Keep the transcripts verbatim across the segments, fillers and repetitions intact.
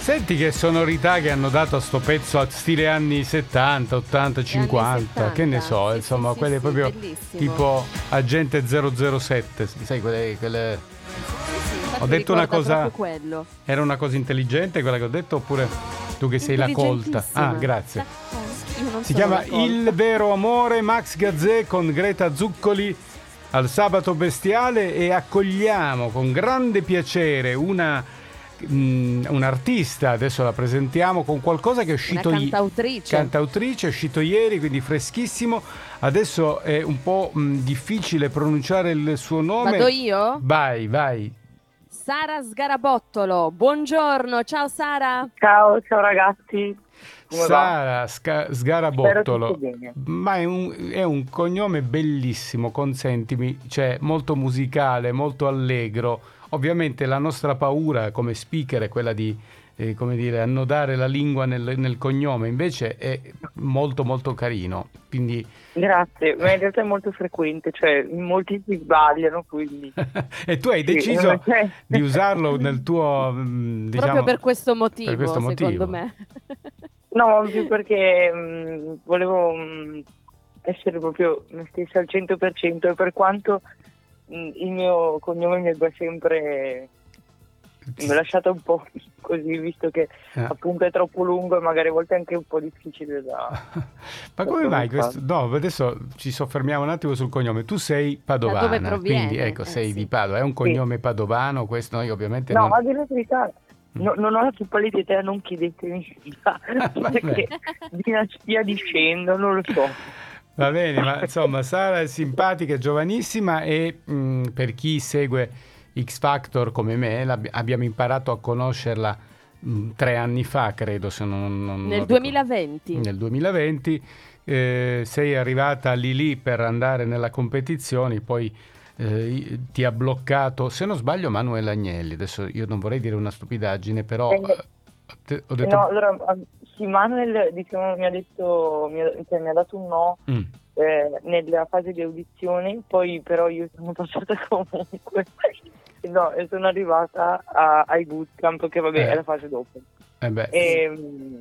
Senti che sonorità che hanno dato a sto pezzo a stile anni settanta, ottanta, cinquanta, che ne so, sì, insomma, sì, quelle sì, proprio bellissimo. tipo Agente zero zero sette, sai quelle... quelle... Sì, Ho detto una cosa... quello. Era una cosa intelligente quella che ho detto oppure tu che sei la colta? Ah, grazie. Io non Si sono chiama la colta. Il vero amore, Max Gazzè con Greta Zuccoli al Sabato Bestiale, e accogliamo con grande piacere una mh, un'artista, adesso la presentiamo con qualcosa che è uscito Una i- cantautrice. cantautrice, è uscito ieri, quindi freschissimo. Adesso è un po' mh, difficile pronunciare il suo nome. Vado io? Vai, vai. Sara Sgarabottolo. Buongiorno, ciao Sara. Ciao, ciao ragazzi, come va? Sara Sca- Spero Sgarabottolo, tutto bene. ma è un, è un cognome bellissimo, consentimi, cioè molto musicale, molto allegro. Ovviamente la nostra paura come speaker è quella di, eh, come dire, annodare la lingua nel, nel cognome, invece è molto molto carino, quindi... Grazie, ma in realtà è molto frequente, cioè molti si sbagliano, quindi... E tu hai Sì, deciso cioè- di usarlo nel tuo, mm, diciamo... Proprio per questo motivo, per questo motivo. secondo me. No, più perché mh, volevo mh, essere proprio me stessa al cento per cento, e per quanto mh, il mio cognome mi abbia sempre... mi ha lasciato un po' così, visto che Eh. appunto è troppo lungo e magari a volte anche un po' difficile da... Ma come mai questo? No, adesso ci soffermiamo un attimo sul cognome. Tu sei padovana, Da dove proviene? quindi ecco, Eh, sei sì. di Padova. È un cognome padovano questo? Noi ovviamente No, non... ma di verità no, non ho la più pallida idea, non chiedetemi perché di una stia dicendo, non lo so. Va bene, ma insomma Sara è simpatica, è giovanissima e mh, per chi segue X Factor come me, l'abbi- abbiamo imparato a conoscerla mh, tre anni fa, credo, se non, non- Nel non duemilaventi. ricordo. Nel duemilaventi eh, sei arrivata lì lì per andare nella competizione, poi eh, ti ha bloccato, se non sbaglio, Manuel Agnelli. Adesso io non vorrei dire una stupidaggine, però Eh, eh, te- ho detto... No, allora, ah, sì, Manuel diciamo, mi ha detto, mi ha, cioè, mi ha dato un no Mm. eh, nella fase di audizione, poi però io sono passata comunque, no, e sono arrivata a- ai bootcamp, che vabbè Eh. è la fase dopo. Eh beh, E,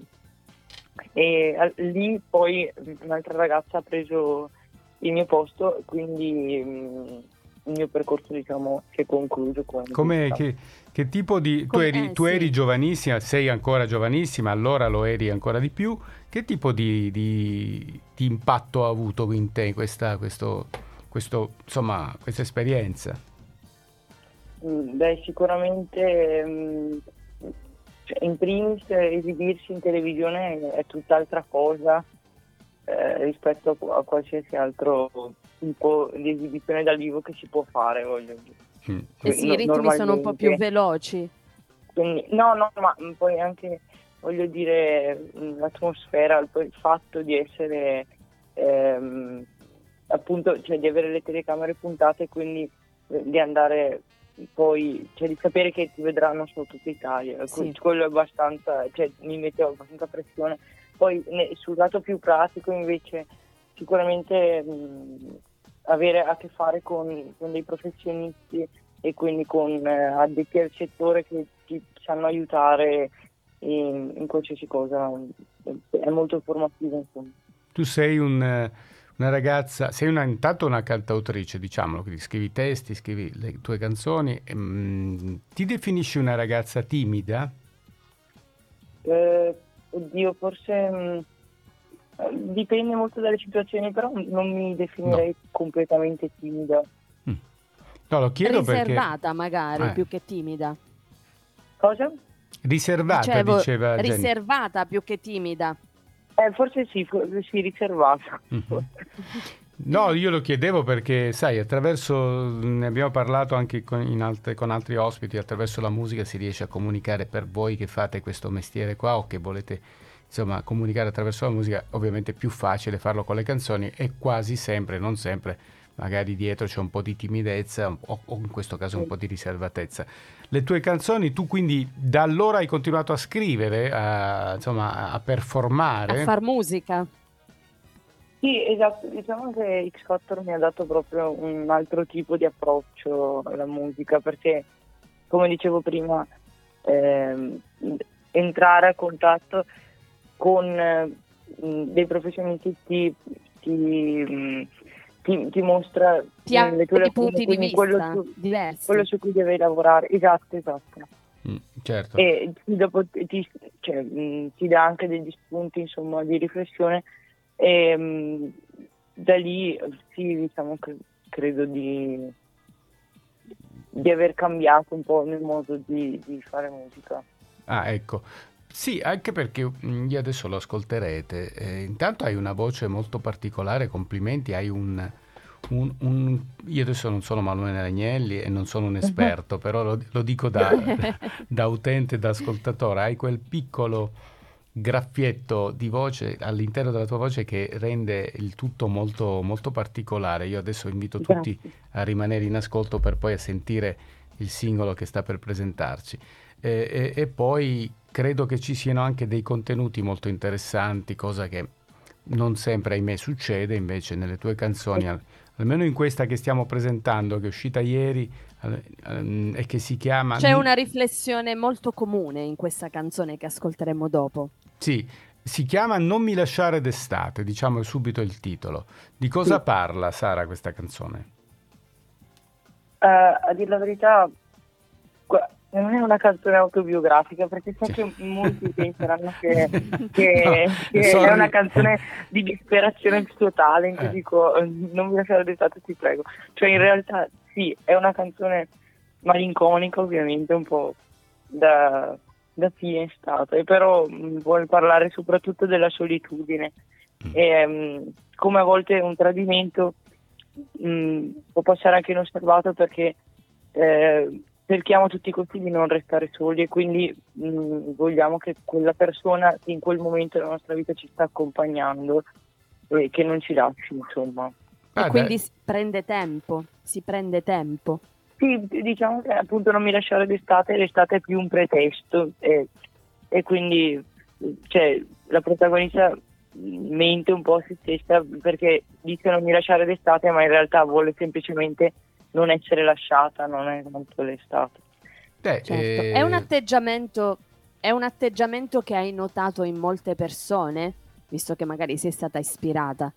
e al- lì poi un'altra ragazza ha preso il mio posto, quindi mm, il mio percorso diciamo si è concluso con come, questa. che, che tipo di... Tu Come- eri, eh, tu sì. eri giovanissima, sei ancora giovanissima, allora lo eri ancora di più. Che tipo di, di- di impatto ha avuto in te questa, questo, questo, insomma, questa esperienza? Mm, Beh, sicuramente mm, cioè, in primis eh, esibirsi in televisione è, è tutt'altra cosa eh, rispetto a, a qualsiasi altro tipo di esibizione dal vivo che si può fare, voglio dire. Mm. Eh sì, No- i ritmi sono un po' più normalmente. veloci. Quindi, no, no, ma poi anche, voglio dire, mh, l'atmosfera, poi il fatto di essere, ehm, appunto, cioè di avere le telecamere puntate e quindi eh, di andare poi, cioè di sapere che ti vedranno su tutta Italia. Sì. Que- Quello è abbastanza, cioè mi metteva abbastanza pressione. Poi ne- sul lato più pratico invece, sicuramente mh, avere a che fare con, con dei professionisti e quindi con eh, addetti al settore che ti sanno aiutare in, in qualsiasi cosa, è molto formativo, insomma. Tu sei un, eh, una ragazza, sei una, intanto una cantautrice, diciamolo, quindi scrivi testi, scrivi le tue canzoni. mm, ti definisci una ragazza timida? Eh, oddio, forse mh, eh, dipende molto dalle situazioni, però non mi definirei completamente timida. No, lo chiedo perché... Riservata magari, Eh. più che timida. Cosa? Riservata, Dicevo, diceva Jenny. riservata più che timida. Eh, forse sì, forse sì, riservata. Mhm. No, io lo chiedevo perché, sai, attraverso, ne abbiamo parlato anche con, in altre- con altri ospiti, attraverso la musica si riesce a comunicare. Per voi che fate questo mestiere qua o che volete, insomma, comunicare attraverso la musica, ovviamente è più facile farlo con le canzoni e quasi sempre, non sempre, magari dietro c'è un po' di timidezza o, o in questo caso un po' di riservatezza. Le tue canzoni, tu quindi da allora hai continuato a scrivere, a, insomma, a performare? A far musica. Sì, esatto, diciamo che X Factor mi ha dato proprio un altro tipo di approccio alla musica, perché come dicevo prima, ehm, entrare a contatto con eh, mh, dei professionisti ti, ti, mh, ti, ti mostra Ti ha le tue dei lacune, punti di quindi vista quello su, diversi. quello su cui devi lavorare. Esatto, esatto. Mm, certo. E ti, dopo, ti, cioè, mh, ti dà anche degli spunti, insomma, di riflessione, e mh, da lì sì, diciamo che credo di, di aver cambiato un po' il mio modo di, di fare musica. Ah, ecco. Sì, anche perché mm, io adesso lo ascolterete. Eh, intanto hai una voce molto particolare, complimenti, hai un, un- un- Io adesso non sono Manuele Agnelli e non sono un esperto, però lo, lo dico da, da utente, da ascoltatore, hai quel piccolo graffietto di voce all'interno della tua voce che rende il tutto molto, molto particolare. Io adesso invito tutti Grazie. a rimanere in ascolto per poi a sentire il singolo che sta per presentarci. E, e- e poi credo che ci siano anche dei contenuti molto interessanti, cosa che non sempre, ahimè, succede invece nelle tue canzoni, al- almeno in questa che stiamo presentando, che è uscita ieri al- ehm, e che si chiama... C'è una riflessione molto comune in questa canzone che ascolteremo dopo. Sì, si chiama Non mi lasciare d'estate, diciamo subito il titolo. Di cosa Sì. parla, Sara, questa canzone? Eh, a dire la verità, gu- non è una canzone autobiografica, perché so Sì. che molti penseranno che, che- No, che sorry. è una canzone di disperazione totale in cui Eh. dico eh, non mi lasciare d'estate, ti prego. Cioè in realtà sì, è una canzone malinconica, ovviamente, un po' da, da fine estate, però mh, vuole parlare soprattutto della solitudine e mh, come a volte un tradimento mh, può passare anche inosservato, perché eh, cerchiamo a tutti i costi di non restare soli, e quindi mh, vogliamo che quella persona che in quel momento della nostra vita ci sta accompagnando e che non ci lasci, insomma. Ah, E quindi dai. si prende tempo, si prende tempo. Sì, diciamo che appunto non mi lasciare d'estate, l'estate è più un pretesto, e, e quindi cioè, la protagonista mente un po' a se stessa, perché dice non mi lasciare d'estate, ma in realtà vuole semplicemente non essere lasciata, non è tanto l'estate. Beh, Certo. eh, È un atteggiamento, è un atteggiamento che hai notato in molte persone, visto che magari sei stata ispirata.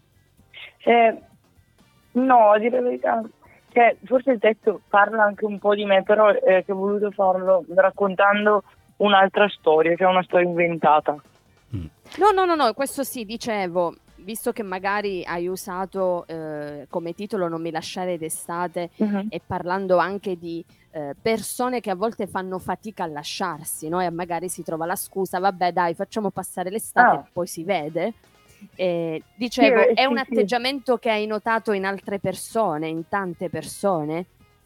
Eh, no, a dire la verità, cioè, forse il testo parla anche un po' di me, però eh, che ho voluto farlo raccontando un'altra storia, cioè una storia inventata. mm. No, no, no, no, questo sì, dicevo, visto che magari hai usato eh, come titolo Non mi lasciare d'estate Mhm. e parlando anche di eh, persone che a volte fanno fatica a lasciarsi, no? E magari si trova la scusa, vabbè dai, facciamo passare l'estate Ah. e poi si vede. Eh, dicevo, Sì, eh, è sì, un sì. atteggiamento che hai notato in altre persone, in tante persone?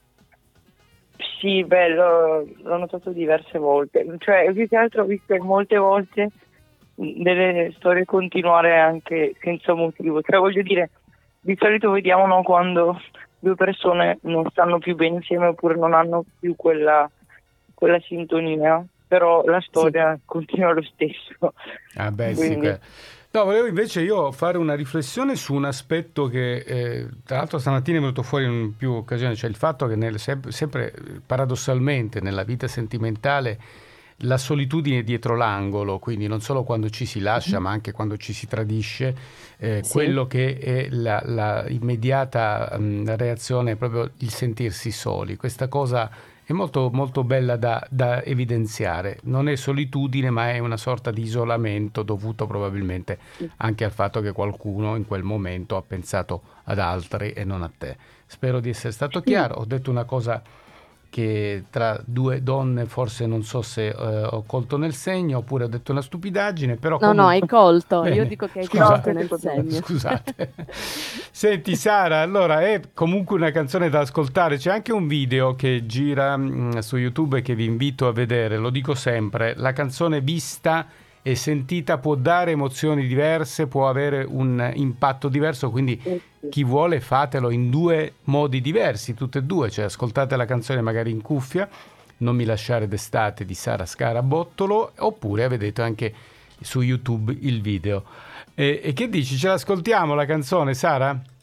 Sì, beh, l'ho, l'ho notato diverse volte, cioè più che altro ho visto molte volte delle storie continuare anche senza motivo, cioè voglio dire, di solito vediamo, no, quando due persone non stanno più bene insieme oppure non hanno più quella, quella sintonia, però la storia continua lo stesso. Ah beh, sì, Quindi- que- no, volevo invece io fare una riflessione su un aspetto che eh, tra l'altro stamattina è venuto fuori in più occasioni, cioè il fatto che nel- sempre, sempre, eh, paradossalmente nella vita sentimentale la solitudine è dietro l'angolo, quindi non solo quando ci si lascia, ma anche quando ci si tradisce, eh, Sì. quello che è la, la immediata mh, reazione è proprio il sentirsi soli. Questa cosa è molto, molto bella da, da evidenziare. Non è solitudine, ma è una sorta di isolamento dovuto probabilmente anche al fatto che qualcuno in quel momento ha pensato ad altri e non a te. Spero di essere stato chiaro. Ho detto una cosa che tra due donne forse non so se eh, ho colto nel segno oppure ho detto una stupidaggine, però No, no, comunque... hai colto, io Bene, dico che hai scusate. colto nel segno. Scusate. Senti Sara, allora è comunque una canzone da ascoltare, c'è anche un video che gira mh, su YouTube e che vi invito a vedere, lo dico sempre, la canzone vista e sentita può dare emozioni diverse, può avere un impatto diverso, quindi chi vuole fatelo in due modi diversi, tutte e due, cioè ascoltate la canzone magari in cuffia, Non mi lasciare d'estate di Sara Scarabottolo, oppure vedete anche su YouTube il video. E, e che dici, ce l'ascoltiamo la canzone, Sara?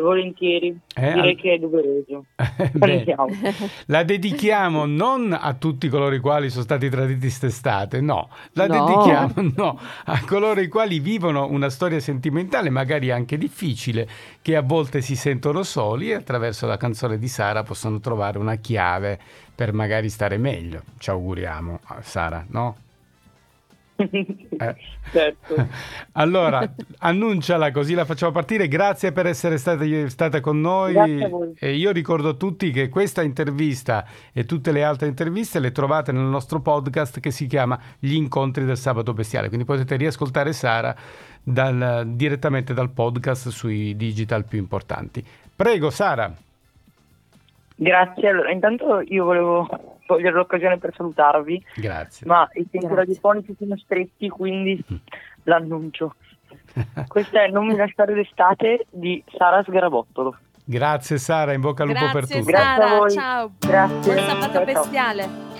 volentieri, Eh, direi al- che è doveroso. Bene. Andiamo. La dedichiamo non a tutti coloro i quali sono stati traditi quest'estate, no, la No. dedichiamo no, a coloro i quali vivono una storia sentimentale, magari anche difficile, che a volte si sentono soli e attraverso la canzone di Sara possono trovare una chiave per magari stare meglio. Ci auguriamo, Sara, no? Eh. Certo. Allora, annunciala così la facciamo partire. Grazie per essere stata, stata con noi. Grazie a voi. E io ricordo a tutti che questa intervista e tutte le altre interviste le trovate nel nostro podcast che si chiama Gli incontri del sabato bestiale, quindi potete riascoltare Sara dal, direttamente dal podcast sui digital più importanti. Prego Sara. Grazie. Allora, intanto io volevo cogliere l'occasione per salutarvi, Grazie. ma i tempi Grazie. radiofonici sono stretti, quindi l'annuncio. Questa è Non mi lasciare d'estate di Sara Sgarabottolo. Grazie Sara, in bocca al lupo per Grazie tutto. Grazie a Sara, voi. ciao. Grazie. Buon sabato Ciao, ciao. bestiale.